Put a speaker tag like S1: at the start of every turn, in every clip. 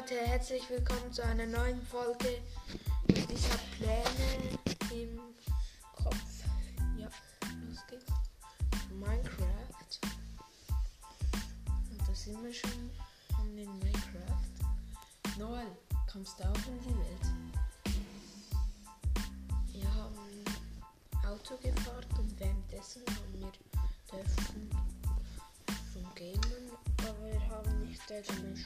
S1: Leute, herzlich willkommen zu einer neuen Folge. Ich habe Pläne im Kopf. Ja, los geht's. Minecraft. Und da sind wir schon in Minecraft. Noel, kommst du auch in die Welt? Wir haben Auto gefahren und währenddessen haben wir dürfen vom Gamen, aber wir haben nicht können.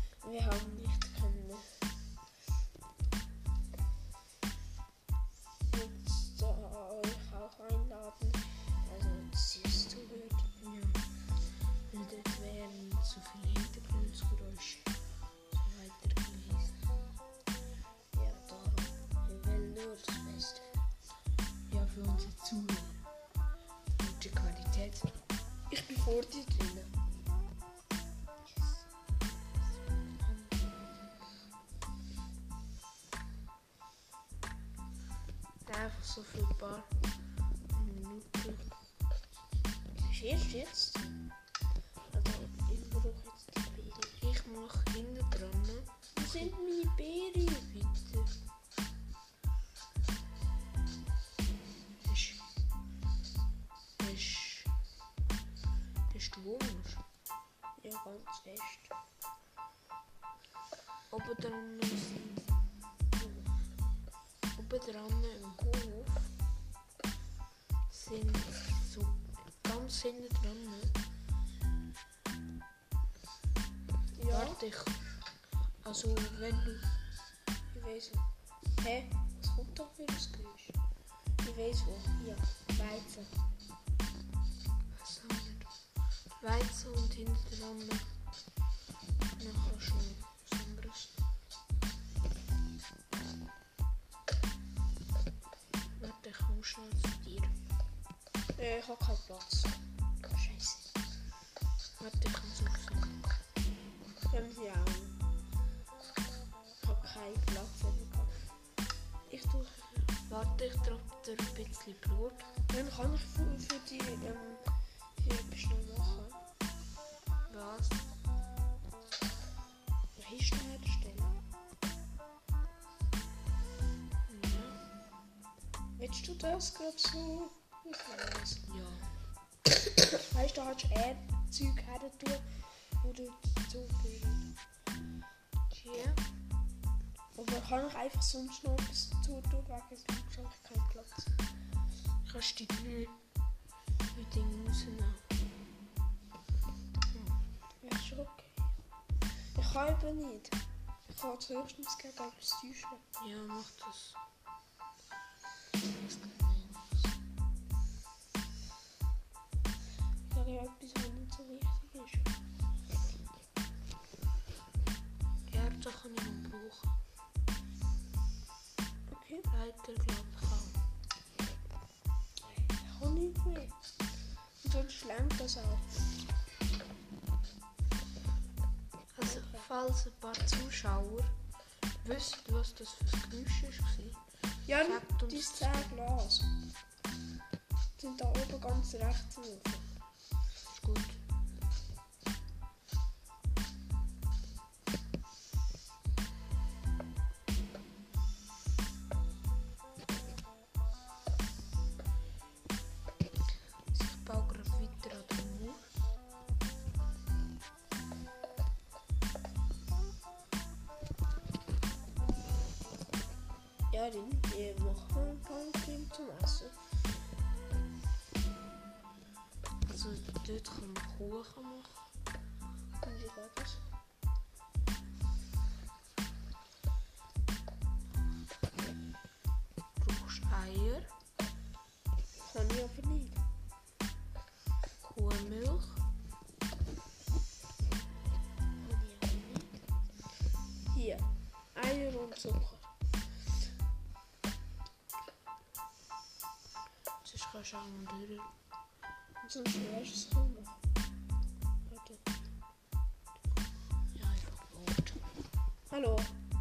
S1: Jetzt euch auch einladen, also dass ihr es zuhört. Ja. Und es wären zu viele Hintergrundgeräusche so weiter gewesen. Ja, darum, wir wollen nur das Beste. Ja, für unsere Zuhörer. Gute Qualität. Ich bin vor dir drinnen. Einfach so für ein paar Minuten. Erst jetzt? Also ich brauche jetzt die Beere. Ich mache hinten dran. Wo sind meine Beere? Bitte. Hast du Hunger? Ja, ganz fest. Oben dran im Hof sind so ganz hinten dran. Ja. Warte ich. Also wenn du. Ich weiss. Hä? Was kommt da für das Geräusch? Ich weiss wo. Ja. Weizen. Was haben wir? Weizen und hinten dran. Nachher schon was anderes. Ich komme schnell zu dir. Ich habe keinen Platz. Scheiße. Warte, ich kann so sagen. Können Sie auch. Ich habe keinen Platz im Kopf. Ich tue. Warte, ich droppe dir ein bisschen Brot. Dann kann ich für die etwas schnell machen. Was? Risten herstellen. Willst du das gerade so? Ich weiß. Ja. Weißt du, da hast du Zeug her tun, wo du so gehst. Hier. Aber kann ich einfach sonst noch etwas dazu tun, wegen sonst habe ich keinen Platz. Kannst du die Dinge rausnehmen? Ja, ist schon okay. Ich kann eben nicht. Ich kann es höchstens gegen etwas täuschen. Ja, mach das. Ja, etwas, was nicht so wichtig ist. Erde kann ich noch brauchen. Okay. Leiter glaube ich auch. Ich kann nicht mehr. Und sonst lernt das auch. Also, falls ein paar Zuschauer wissen, was das für ein Geräusch war. Ja, die 10 Glas sind da oben ganz rechts oben. Ist gut. Ich baue gerade weiter an den Mauer. Ja, wir machen ein Pumpkin zum Essen. Also dort kann man Kuchen machen. Und wie geht das? Du brauchst Eier. Kann ich aber nicht. Kuhmilch. Kann ich aber nicht. Hier, Eier und Zucker. Kannst du auch mal durch. Und sonst weißt du es kommen. Warte. Ja, einfach Brot. Hallo.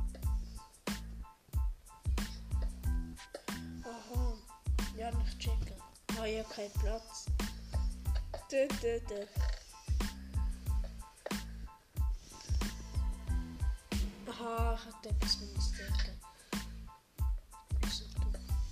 S1: Aha. Ja, nicht checken. Ah, ja, kein Platz. Aha, ich hätte etwas anderes denken. Also, du.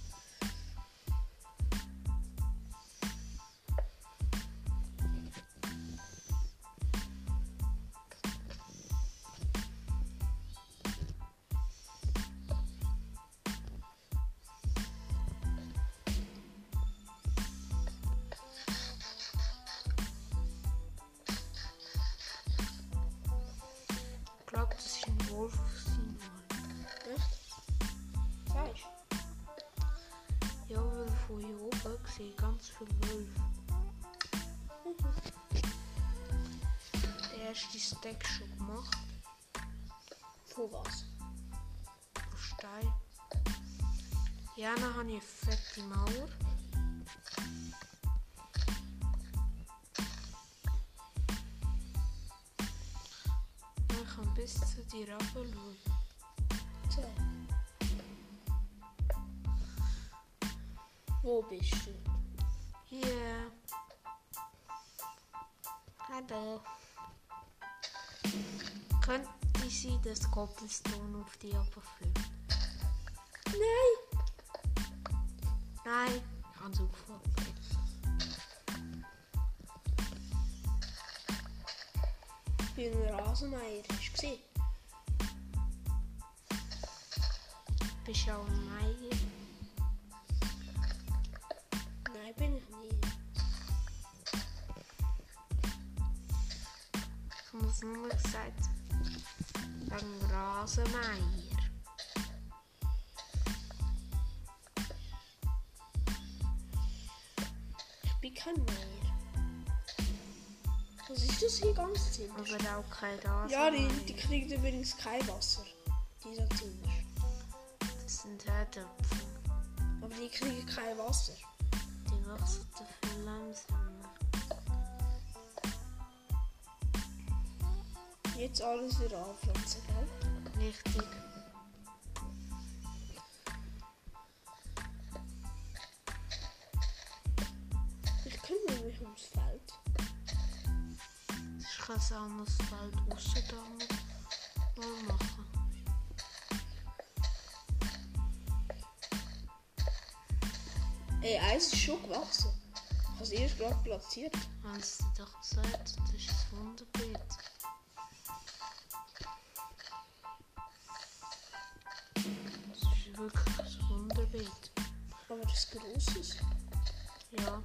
S2: Ich glaube, das ist ein Wolf sein Mann.
S1: Echt? Weißt
S2: Ja, weil von hier oben sehe ich ganz viele Wölfe. Den ersten Stack schon gemacht.
S1: Von was?
S2: Von Stein. Ja, dann habe ich eine fette Mauer. Ich kann bis zu dir runterschauen.
S1: So. Wo bist du?
S2: Hier. Hallo. Könnte sein, dass Cobblestone auf dich runterfliegt?
S1: Nein!
S2: Nein, ich habe es aufgefunden.
S1: Ich bin ein Rasenmäher, hast du gesehen?
S2: Bist du auch ein Meier?
S1: Nein, bin ich nicht.
S2: Ich habe es nur gesagt. Wegen Rasenmeier.
S1: Ich bin kein Mäher. Was ist das hier ganz ziemlich?
S2: Aber auch kein Rasenmeier.
S1: Ja, die kriegen übrigens kein Wasser. Dieser ziemlich.
S2: Das sind Herdöpfel.
S1: Aber die kriegen kein Wasser.
S2: Die wachsen dafür langsamer.
S1: Jetzt alles wieder anpflanzen, gell?
S2: Richtig.
S1: Ich kümmere mich ums Feld.
S2: Ich kann es auch noch das Feld aussen da mal machen.
S1: Ey, Eis ist schon gewachsen. Ich habe es erst gerade platziert.
S2: Haben sie dir doch gesagt, das ist ein Wunderbeet. Das ist wirklich ein Wunderbeet.
S1: Aber das Grosses.
S2: Ja,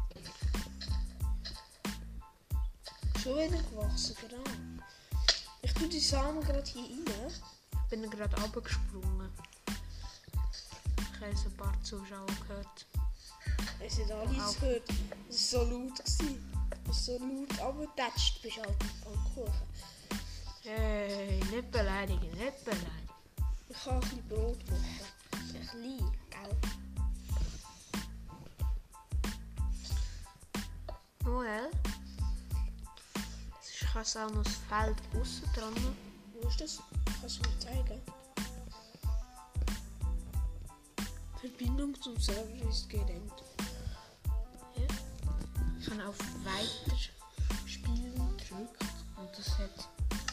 S1: Schon wieder gewachsen, genau. Ich tue die Samen gerade hier rein.
S2: ich bin gerade runtergesprungen. Ich habe ein paar Zuschauer gehört.
S1: Es hat alles gehört. Es war so laut. Es ist so laut abgetatscht. Bist halt am Kuchen.
S2: Hey, nicht beleidigen, nicht beleidigen.
S1: Ich kann ein bisschen Brot machen. Ein bisschen, gell?
S2: Noel, ich kann es auch noch das Feld aussen dran.
S1: Wo ist das? Kannst du mir zeigen? Verbindung zum Server ist gerennt.
S2: Ja. Ich habe auf Weiter spielen gedrückt und das hat.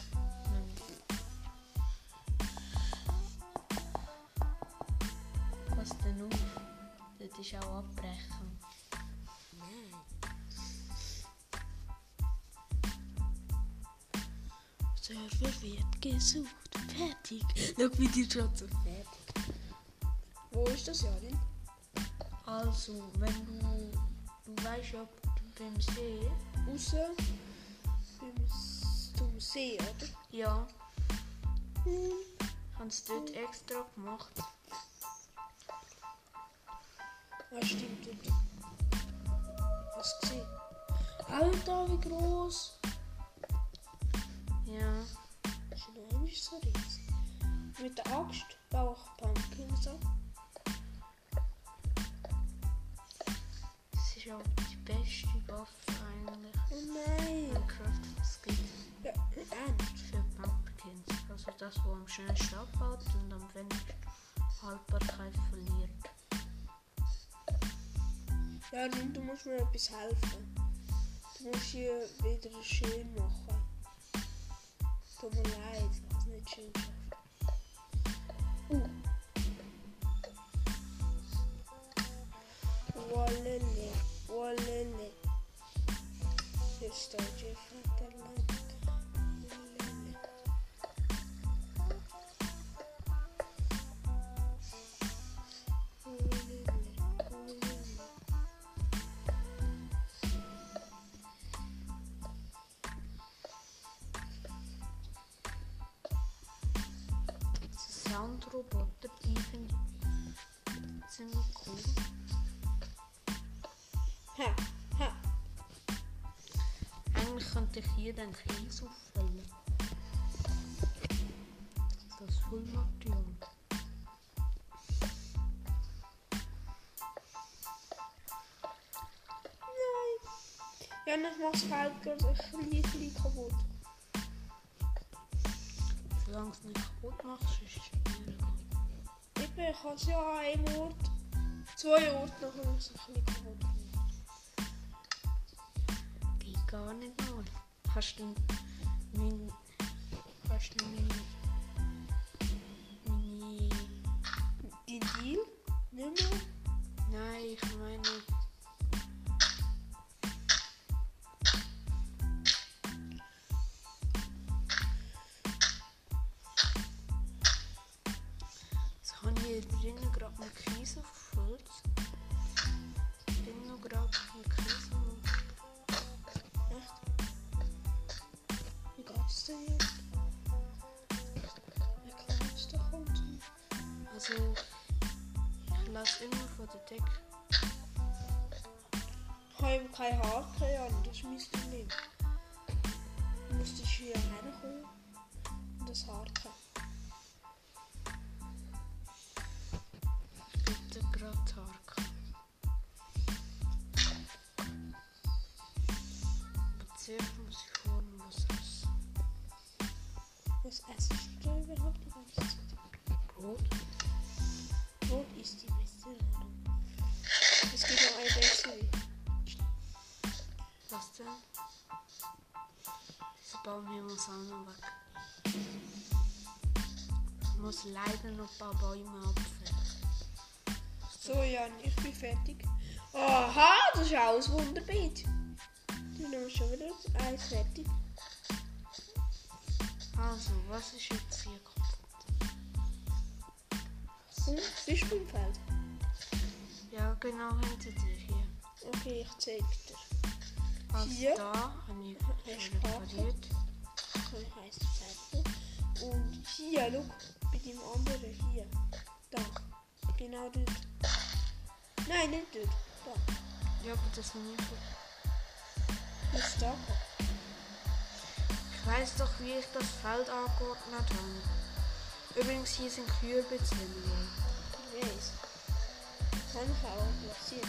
S2: Was denn auf? Das ist auch abbrechen.
S1: Nein. Server wird gesucht. Fertig. Schau, wie die schon so fertig. Wo ist das, Jarin?
S2: Also, wenn du weißt, ob du beim See.
S1: Aussen zum See, oder?
S2: Ja. Haben sie dort extra gemacht.
S1: Ah, stimmt. Hast du gesehen? Alter, wie groß.
S2: Ja.
S1: Das ist noch nicht so riesig. Mit der Axt baue ich Pumpkins ab.
S2: Das ist auch die beste Waffe eigentlich.
S1: Oh nein.
S2: Minecraft, was es gibt.
S1: Ja, ernst.
S2: Für Pumpkins. Also das, was am schnellsten abbaut und am wenigsten Haltbarkeit verliert.
S1: Ja, du musst mir etwas helfen. Du musst hier wieder schön machen. Tut mir leid, ich habe es nicht schön geschafft.
S2: Roboter, die finde ich ziemlich cool. Eigentlich könnte ich hier den Käse auffüllen. Das Füllmaterial.
S1: Ja, ich mach's Feld gerade ein bisschen kaputt.
S2: Solange es nicht kaputt machst, ist es schwierig.
S1: Ich kann es ja an einem Ort, 2 Orten, dann kann ich es ein bisschen kaputt machen.
S2: Geht gar nicht mal. Hast du meine
S1: Die Deal? Nicht mehr?
S2: Nein, ich meine... Jetzt habe ich hier drinnen gerade einen Käse aufgefüllt. Ich bin noch gerade mit Käse.
S1: Echt? Wie geht's denn jetzt? Wie kann es doch unten?
S2: Also, ich lasse immer von der Decke.
S1: Ich habe eben kein Haken an, das müsst ihr nehmen. Du musst hier herkommen und das Haken.
S2: Bitte gerade Tark. Aber zuerst muss ich vorne was essen.
S1: Was essst du überhaupt die ganze Zeit?
S2: Brot?
S1: Brot ist die beste Nahrung. Es gibt noch eine bessere.
S2: Was denn? Dieser Baum hier muss auch noch weg. Ich muss leider noch ein paar Bäume abfällen.
S1: So, Jan, ich bin fertig. Aha, das ist auch ein Wunderbeet. Du nimmst schon wieder eins fertig.
S2: Also, was ist jetzt hier kaputt?
S1: Und bist du im Feld?
S2: Ja, genau hinter dir hier.
S1: Okay, ich zeig dir.
S2: Also
S1: Hier
S2: da habe ich
S1: hast
S2: schon
S1: du
S2: repariert.
S1: So heisst die Seite. Und hier, schau, bei dem anderen hier. Da. Genau dort. Nein, nicht dort. Da.
S2: Ja, aber das nicht.
S1: Bis da.
S2: Ich weiss doch, wie ich das Feld angeordnet habe. Übrigens, hier sind Kürbiswürmchen.
S1: Ich weiß. Kann ich auch platziert.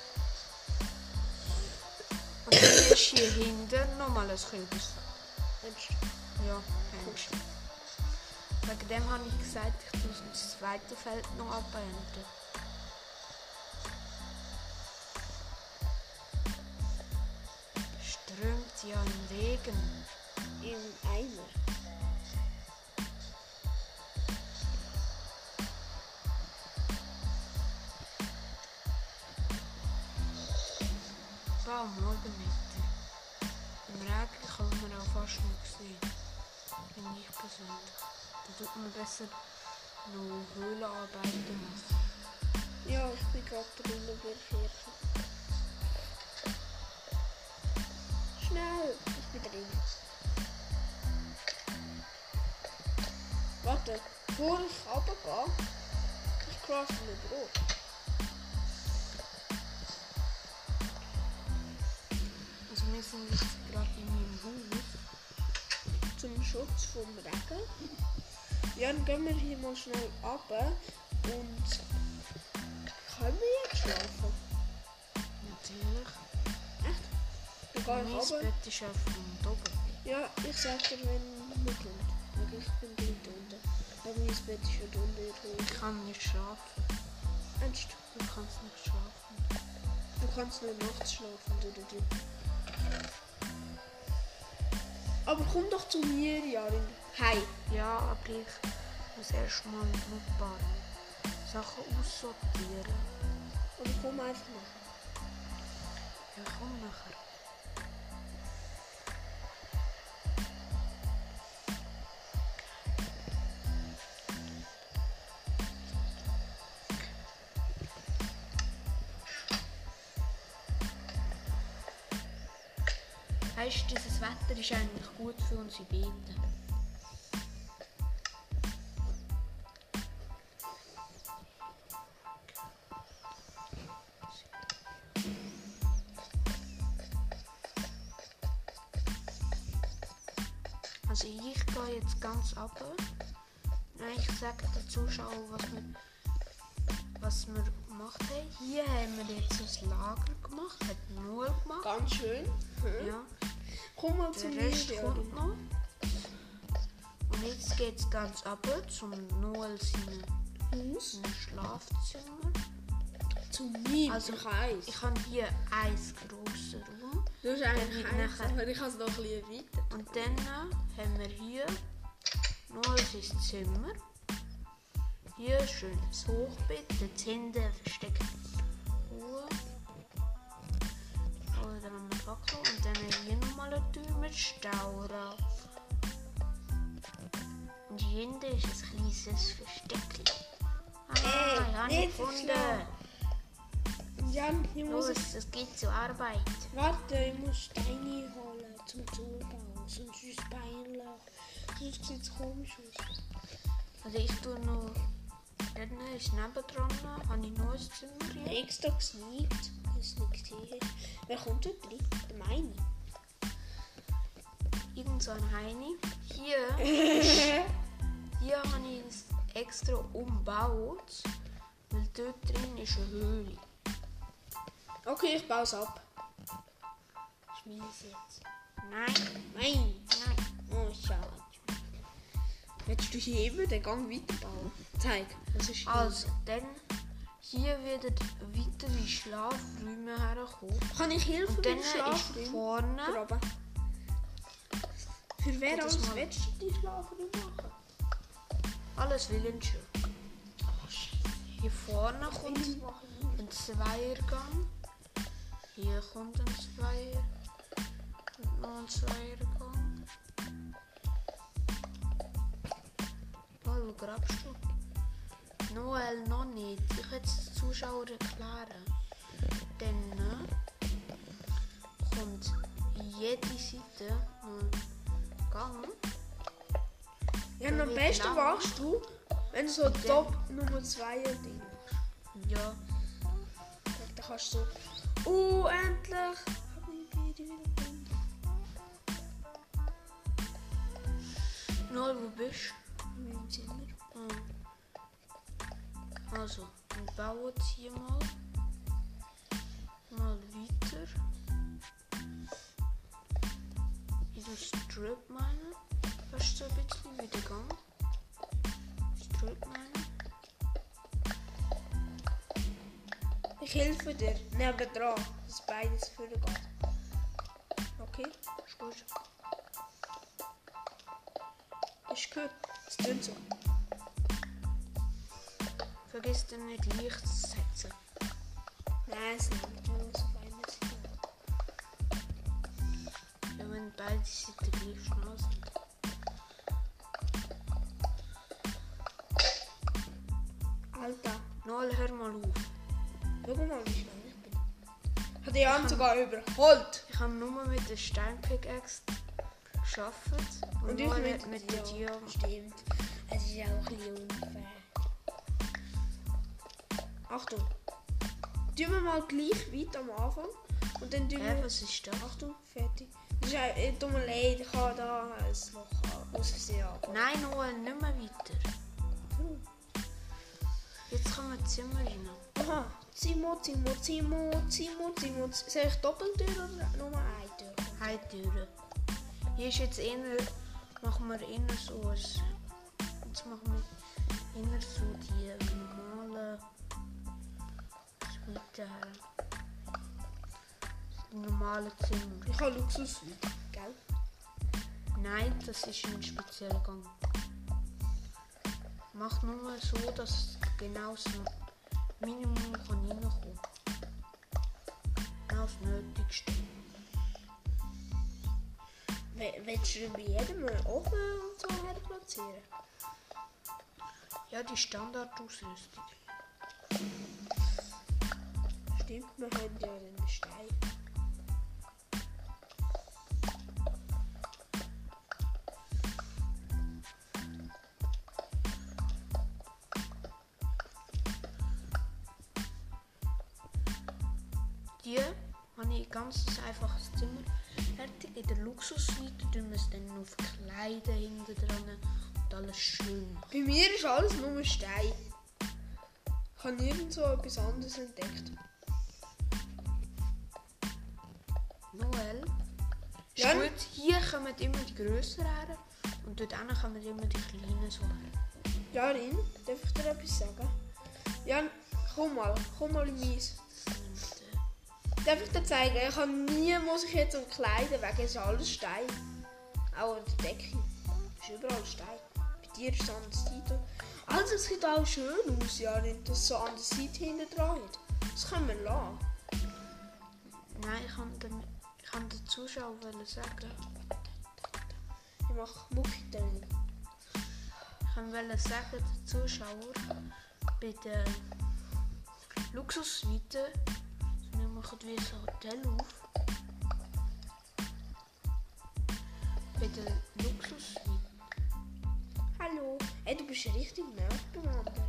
S2: Und dann ist hier hinten nochmal ein Kürbis.
S1: Mensch.
S2: Ja, kennst du. Wegen dem habe ich gesagt, ich muss das zweite Feld noch abernten. Strömt ja ein Regen.
S1: Im Eimer.
S2: Morgenmitte. Im Regen kann man auch fast nicht sehen. Finde ich persönlich. Da tut man besser noch Höhlenarbeiten machen.
S1: Ja, ich bin gerade drin in der Kirche. Schnell, ich bin drin. Warte, bevor ich runtergehe, ich crafte mir Brot.
S2: Also wir sind jetzt gerade in meinem Haus.
S1: Zum Schutz vom Regen. Ja, dann gehen wir hier mal schnell runter und können wir jetzt schlafen?
S2: Natürlich.
S1: Echt? Dann gehe
S2: Mein
S1: ich runter.
S2: Bett ist auf dem oben.
S1: Ja, ich sag dir, wenn wir kommt. Weil ich bin dort unten. Aber mein Bett ist schon unten.
S2: Ich kann nicht schlafen.
S1: Ernst?
S2: Du kannst nicht schlafen.
S1: Du kannst nur nachts schlafen, du. Aber komm doch zu mir, Jarin. Hi.
S2: Ja, aber ich muss erst mal noch ein paar Sachen aussortieren.
S1: Oder komm einfach nach.
S2: Ja, komm nachher. Weißt du, dieses Wetter ist eigentlich gut für unsere Beete. Also ich gehe jetzt ganz ab. Ich sage den Zuschauern, was wir gemacht haben. Hier haben wir jetzt ein Lager gemacht, hat Noel gemacht.
S1: Ganz schön.
S2: Ja.
S1: Komm mal zum
S2: Der Rest
S1: Video.
S2: kommt noch. Und jetzt geht es ganz ab zum Noel seine Schlafzimmer.
S1: Zu mir.
S2: Also
S1: Kreis.
S2: ich habe hier ein grosses Raum.
S1: Du hast eigentlich
S2: Dann
S1: keins,
S2: nachher-
S1: aber ich habe es noch ein bisschen erweitert.
S2: Und dann haben wir hier Noel sein Zimmer. Hier ein schönes Hochbett, dort hinten versteckt Ruhe. Oder dann haben wir Fackel und dann hier nochmal eine Tür mit Staura. Und hier hinten ist ein kleines Versteckchen.
S1: Ey,
S2: ich habe
S1: nicht
S2: ihn gefunden.
S1: Jan, ich muss
S2: Los, es geht zur Arbeit.
S1: Warte, ich muss Steine holen zum Zubauen. Sonst ist es peinlich. Sonst sieht es komisch aus.
S2: Also ich tue noch... Dann ist nebendran, habe ich noch ein Zimmer
S1: Ich
S2: hier.
S1: habe extra gesneakt, dass es nicht gesehen hast. Wer kommt dort rein? Der Meini.
S2: Irgend so ein Heini. Hier habe ich es extra umgebaut, weil dort drin ist eine Höhle.
S1: Okay, ich baue es ab. Schmiede es jetzt.
S2: Nein,
S1: Nein.
S2: nein.
S1: Oh, schade. Willst du hier eben den Gang weiterbauen? Zeig, was ist hier?
S2: Also, dann hier werden weitere Schlafräume herkommen.
S1: Kann ich helfen
S2: Und dann
S1: beim
S2: ist
S1: Schlafraum?
S2: vorne...
S1: Graben. Für wer
S2: Geht das
S1: alles
S2: mal?
S1: willst du die Schlafraum machen?
S2: Alles willensschön.
S1: Oh, Scheiße.
S2: Hier vorne kommt
S1: Ich mache nicht.
S2: ein Zweiergang. Hier kommt ein Zweier. Und noch ein Zweiergang. Noel, wo grabst du? Noel, noch nicht. Ich werde es den Zuschauern erklären. Dann kommt jede Seite noch ein Gang.
S1: Ja, und am
S2: wird
S1: besten
S2: lang.
S1: machst du, wenn du so Top Nummer 2 Ding machst.
S2: Ja,
S1: Dann kannst du so, endlich! Hab ich die wieder gefunden.
S2: Noel, wo bist
S1: In meinem Zimmer.
S2: du? Also, wir bauen jetzt hier mal weiter. In der Strip Mine. Fast so ein bisschen wie der Gang. Strip Mine.
S1: Ich helfe dir nebendran, dass beides vorgeht. Okay?
S2: Ist gut.
S1: Ist gut. Es tut so.
S2: Vergiss dann nicht Licht zu setzen.
S1: Nein, es nimmt nur so fein ist.
S2: Ja, wenn beide Seiten gleich schnell sind.
S1: Alter,
S2: Noel, hör mal auf.
S1: schau mal, wie schnell ich bin. Hat die Hand sogar überholt.
S2: Ich habe nur mit der Steinpickaxe geschafft.
S1: Und ich
S2: Noel
S1: mit,
S2: hat der Diamant.
S1: Stimmt. Es ist auch ein bisschen unfair. Achtung. Tun wir mal gleich weit am Anfang. Und dann tun wir...
S2: Was ist das?
S1: Achtung, fertig. Das ist tut mir leid, ich habe da ein Loch aus Versehen angefangen.
S2: Nein, Noel, nicht mehr weiter. Jetzt kommen wir ins Zimmer rein.
S1: Aha, Zimmer. Soll ich Doppeltür oder nur eine Tür?
S2: Heimtüren. Hier ist jetzt eher, machen wir eher so ein, jetzt machen wir eher so die normale, die normale Zimmer.
S1: Ich habe Luxus, gell?
S2: Nein, das ist ein spezieller Gang. Mach nur so, dass genau das Minimum kann reinkommen. Genau das Nötigste.
S1: Willst du bei jedem einen Ofen und so her platzieren?
S2: Ja, die Standardausrüstung.
S1: Stimmt, wir haben ja den Stein.
S2: Die habe ich ein ganz einfaches Zimmer fertig in der Luxussuite tun wir es dann noch verkleiden hinten dran und alles schön machen.
S1: Bei mir ist alles nur Stein. Ich habe nirgendwo etwas anderes entdeckt.
S2: Noel?
S1: Ja.
S2: Ist gut, hier kommen immer die grösseren her und dort hinten kommen immer die kleinen so her.
S1: Ja, Rin, darf ich dir etwas sagen? Jan, komm mal in meins. Darf ich dir zeigen? Ich habe nie, muss ich jetzt umkleiden, wegen es ist alles Stein. Auch an der Decke. Es ist überall Stein. Bei dir ist es an der Seite. Also es sieht auch schön aus, Jan, dass es so an der Seite hinten dran hat. Das können wir lassen.
S2: Nein, ich kann den Zuschauern sagen.
S1: Ich mache Muckitöne.
S2: Ich wollte sagen, den Zuschauern, bei der Luxussuite, wir machen wie ein Hotel auf. Bei der Luxussuite.
S1: Hallo. Hey, du bist richtig nah beim anderen.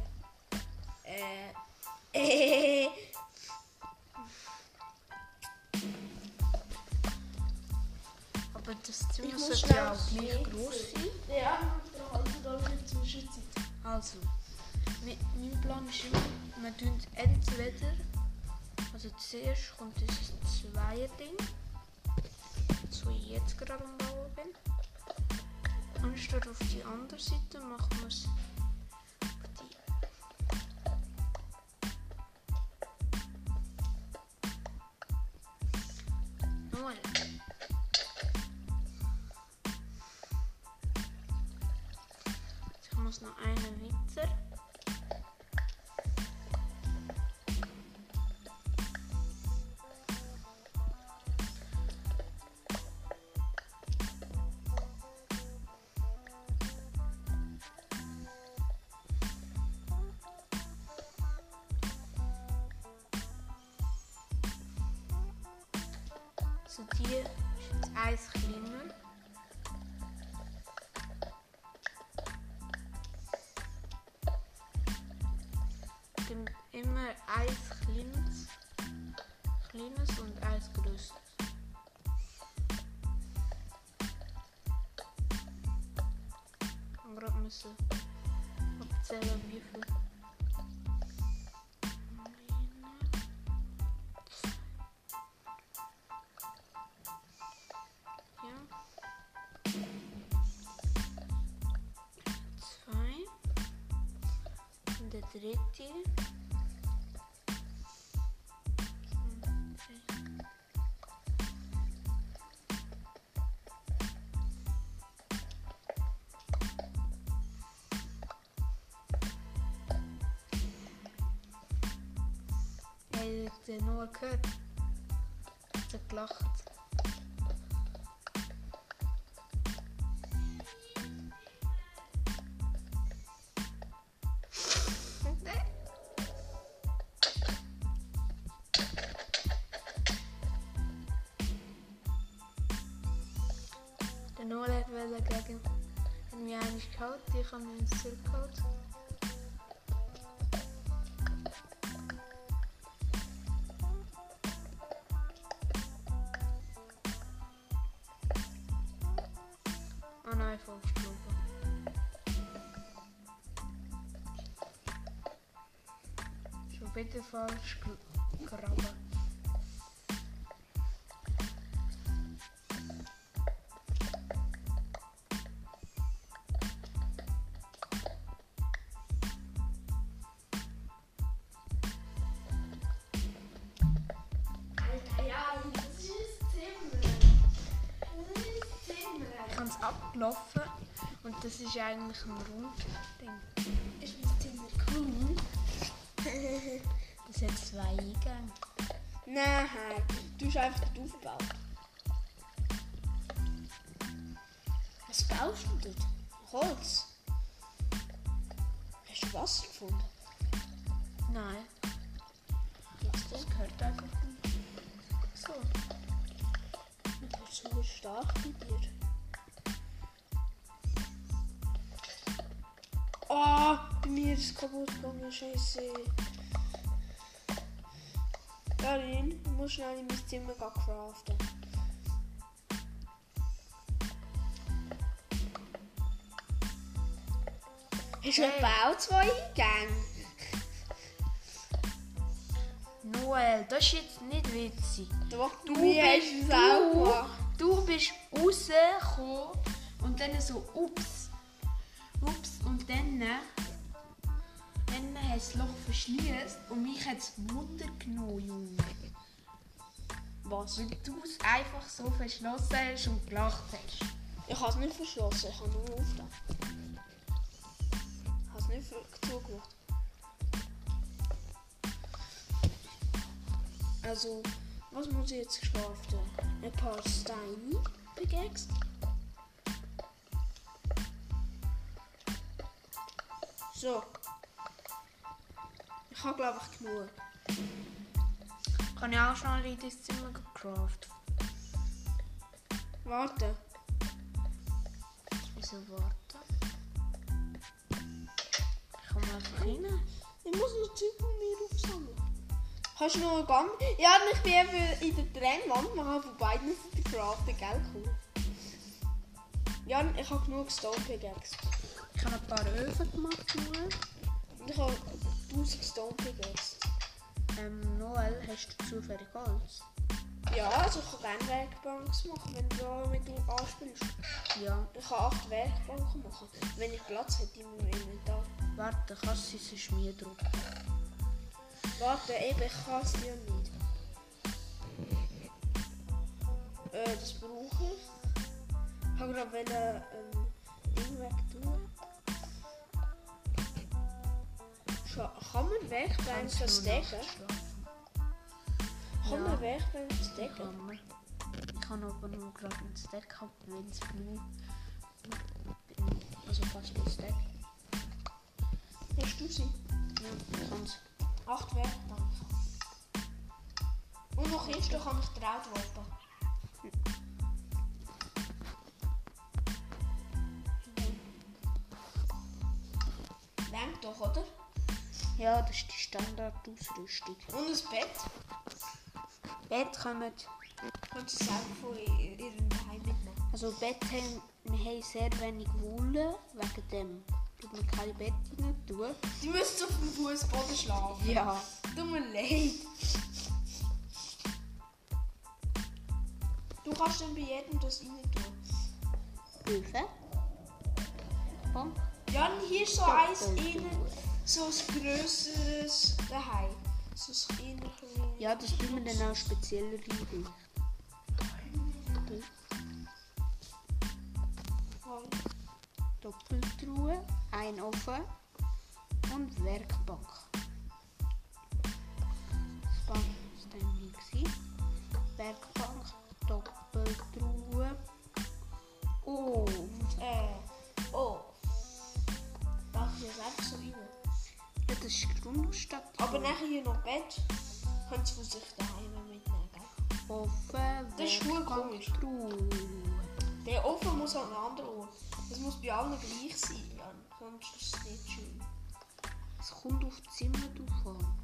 S2: Aber das Zimmer
S1: Ich muss
S2: sollte
S1: schnell
S2: ja auch gleich
S1: sehen.
S2: groß sein.
S1: Ja, also da in der Zwischenzeit.
S2: Also, mein Plan ist immer, wir tun entweder, also zuerst kommt dieses Zweier-Ding, das ich jetzt gerade am Bauen bin. Anstatt auf die andere Seite machen wir es auf die. Noel. Ich muss noch einen weiter. So, die ist jetzt eins kleiner. Dann immer eins kleines und eins größeres. Und gerade müssen abzählen, wie viel. Der dritte. Hey, der Noah gehört. Hat er gelacht. Der Noah wollte gegen mich eigentlich gehauen, ich habe ihn zurückgehauen. Oh nein, falsch gelaufen. Schon bitte falsch graben. Ich habe es abgelaufen und das ist eigentlich ein Rundding.
S1: Ist mein Zimmer cool?
S2: Das hat 2 Eingänge.
S1: Nein, du hast einfach dort aufgebaut. Was baust du dort? Holz? Hast du Wasser gefunden?
S2: Nein,
S1: Was
S2: das
S1: denn?
S2: gehört einfach nicht. So.
S1: Du bist so stark bei dir. Oh, bei mir ist es kaputt gegangen, scheiße. Darin, du musst schnell in mein Zimmer craften. Hast du auch 2 Eingänge?
S2: Noel, das ist jetzt nicht witzig.
S1: Doch, du hast es auch gemacht.
S2: Du bist rausgekommen und dann so, ups, und dann hat das Loch verschliesst und mich hat es Wunder genommen, Junge.
S1: Was?
S2: Weil du es einfach so verschlossen hast und gelacht hast.
S1: Ich habe es nicht verschlossen, ich habe nur aufgetan. Ich habe es nicht zugemacht. Also, was muss ich jetzt craften? Ein paar Steine Pickaxe. So. Ich habe glaube ich genug.
S2: Kann ich auch schnell in dein Zimmer gecraften?
S1: Warte.
S2: Wieso warten? Ich komme einfach rein.
S1: Ich muss noch Zeug von mir aufsammeln. Kannst du noch einen Gang? Ja, ich bin eben in der Trennwand. Wir haben von beiden Seiten gecraftet, gell? Cool. Ja, ich habe genug Stone Pickaxe.
S2: Ich habe ein paar Öfen gemacht, Noel.
S1: Und ich habe 1000 Stone Pickaxe.
S2: Noel, hast du zufällig Holz?
S1: Ja, also ich kann gerne Werkbanks machen, wenn du damit anspielst.
S2: Ja.
S1: Ich kann 8 Werkbanken machen, wenn ich Platz hätte in meinem Inventar.
S2: Warte, kannst du es mir drucken?
S1: Warte, eben, ich kann es dir nicht. Das brauche ich. Ich habe gerade Ding weg tun. Kann man Werkbanken stacken? Kann man Werkbanken stacken?
S2: Ich kann aber nur gerade einen Stack haben, wenn es genug. Also fast ein Stack.
S1: Hast du sie?
S2: Ja, ich kann es.
S1: 8 Werkbanken. Und noch Kisten kann ich drauf droppen. Denkt doch, oder?
S2: Ja, das ist die Standardausrüstung.
S1: Und ein Bett.
S2: Bett kommen.
S1: Kannst du selber von ihrem Heim mitnehmen.
S2: Also Bett haben, wir haben sehr wenig Wolle, wegen dem tut man kein Bett rein tun.
S1: Du musst auf dem Fußboden schlafen.
S2: Ja.
S1: Tut mir leid. Du kannst dann bei jedem das rein tun.
S2: Öfen. Bank.
S1: Ja, und hier ist so eins innen, so ein grösseres daheim. So ein innen.
S2: Ja, das tun wir dann auch speziell rein. Doppeltruhe, ein Ofen und Werkbank. Das war dann nicht. Werkbank, Doppeltruhe und
S1: Oh. Mach ich jetzt einfach so rein.
S2: ja, das ist Grundstadt.
S1: Aber nachher hier noch Bett. Kannst du von sich daheim mitnehmen, gell?
S2: Ofen,
S1: Das ist voll komisch.
S2: Truhe.
S1: Der Ofen muss an einem anderen Ort. Es muss bei allen gleich sein, Jan. Sonst ist es nicht schön.
S2: Es kommt auf das Zimmer drauf an.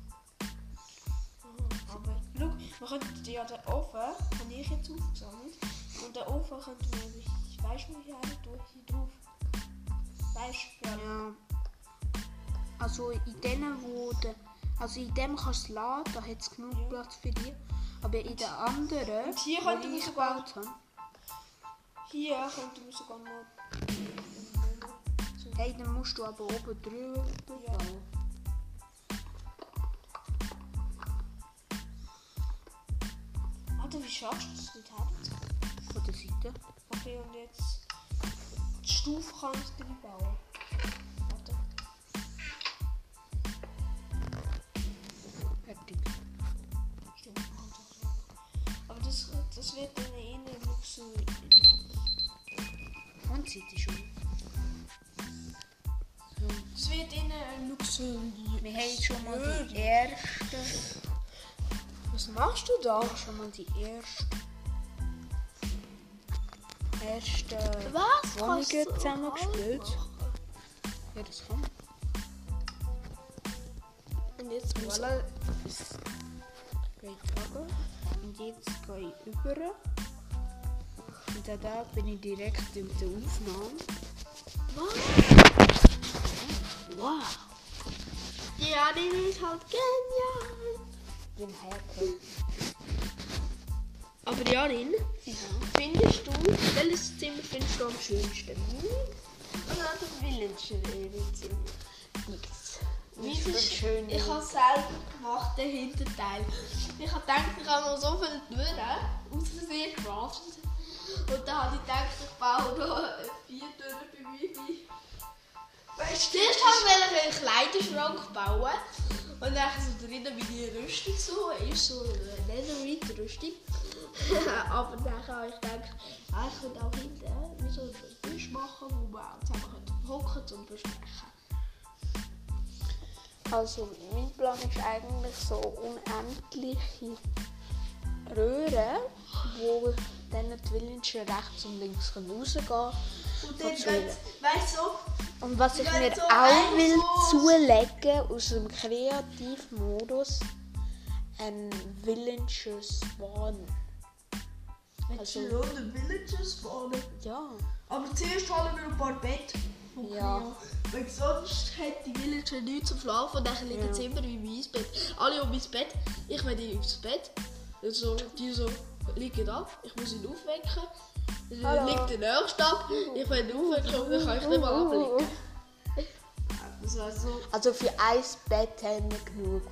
S1: Aber schau, wir könnten ja den Ofen, habe ich jetzt aufgesammelt, und den Ofen könnten wir, weißt du, hier drauf. Weißt du?
S2: Ja. Also in denen, also in dem kannst du laden, da hat es genug Platz für dich. Aber in den anderen,
S1: Und hier
S2: die
S1: könnten wir
S2: ich
S1: sogar-
S2: gebaut habe,
S1: Hier könnten wir sogar noch.
S2: hey, dann musst du aber oben drüber
S1: Ja.
S2: bauen.
S1: Alter, wie schaffst du das nicht her?
S2: Von der Seite.
S1: Okay, und jetzt. Die Stufe kann ich drin bauen. Warte.
S2: Fertig.
S1: Stufe kann ich auch. Aber das wird dann innen noch so.
S2: Und Seite schon.
S1: Es wird innen noch so.
S2: Wir haben jetzt schon mal die erste.
S1: Was machst du da?
S2: Schon mal die erste
S1: Was?
S2: Wohnungen zusammengespielt. Ja, das kann man.
S1: Und jetzt muss ich.
S2: Voilà. Es geht runter. Und jetzt gehe ich über. Und da bin ich direkt in der Aufnahme.
S1: Was? Wow. Die Janine ist halt genial.
S2: Ich bin hergekommen.
S1: Aber Janine, findest du, welches Zimmer findest du am schönsten?
S2: Oder das Village-Zimmer?
S1: Nichts.
S2: Schön.
S1: Ich habe selber gemacht, den Hinterteil. Ich habe gedacht, ich habe noch so viele Türen aus Versehen craftet. Und dann habe ich gedacht, ich baue noch 4 Türen bei mir. Zuerst wollte ich einen Kleiderschrank bauen. Und dann so drinnen meine Rüstung so. Ist so eine Netherite-Rüstung. Aber dann habe ich gedacht, ich könnte auch hinten wie so einen Tisch machen, wo man auch zusammen hocken und besprechen.
S2: Also mein Plan ist eigentlich so unendliche Röhren, wo dann die Villager rechts und links rausgehen können.
S1: Und dann geht, weißt du,
S2: Und was ich mir
S1: so
S2: auch will
S1: so
S2: zulegen aus dem Kreativmodus, ein Villager Spawn.
S1: also den Villagers spawnen.
S2: Ja.
S1: Aber zuerst holen wir ein paar Bett.
S2: Ja.
S1: Weil sonst hätte die Villager nichts zum Schlafen und dann liegen sie immer in mein Bett. Alle um mein Bett, ich will die aufs Bett. Also, die so liegen da, ich muss ihn aufwecken. Dann liegt der nächste ab, ich will ihn aufwecken und dann kann ich nicht mehr abliegen.
S2: Also für ein Bett haben wir genug.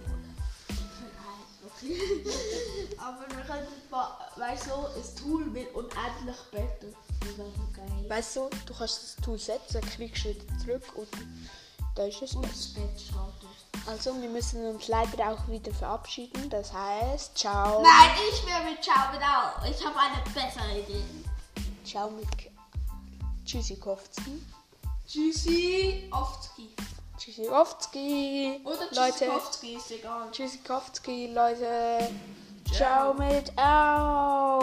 S1: Aber wir können weißt du, ein Tool mit unendlich Betten. Das wäre so geil.
S2: Weißt du, du kannst das Tool setzen, kriegst du wieder zurück und da ist es.
S1: Und das Bett steht.
S2: Also wir müssen uns leider auch wieder verabschieden. Das heißt, ciao.
S1: Nein, ich will mit Ciao mit auch. Ich habe eine bessere Idee.
S2: Ciao mit Tschüssikowski.
S1: Tschüssi,
S2: Tschüssikowski.
S1: Oder
S2: Leute.
S1: Tschüssikowski, ist egal.
S2: Tschüssikowski, Leute. Ciao mit Au.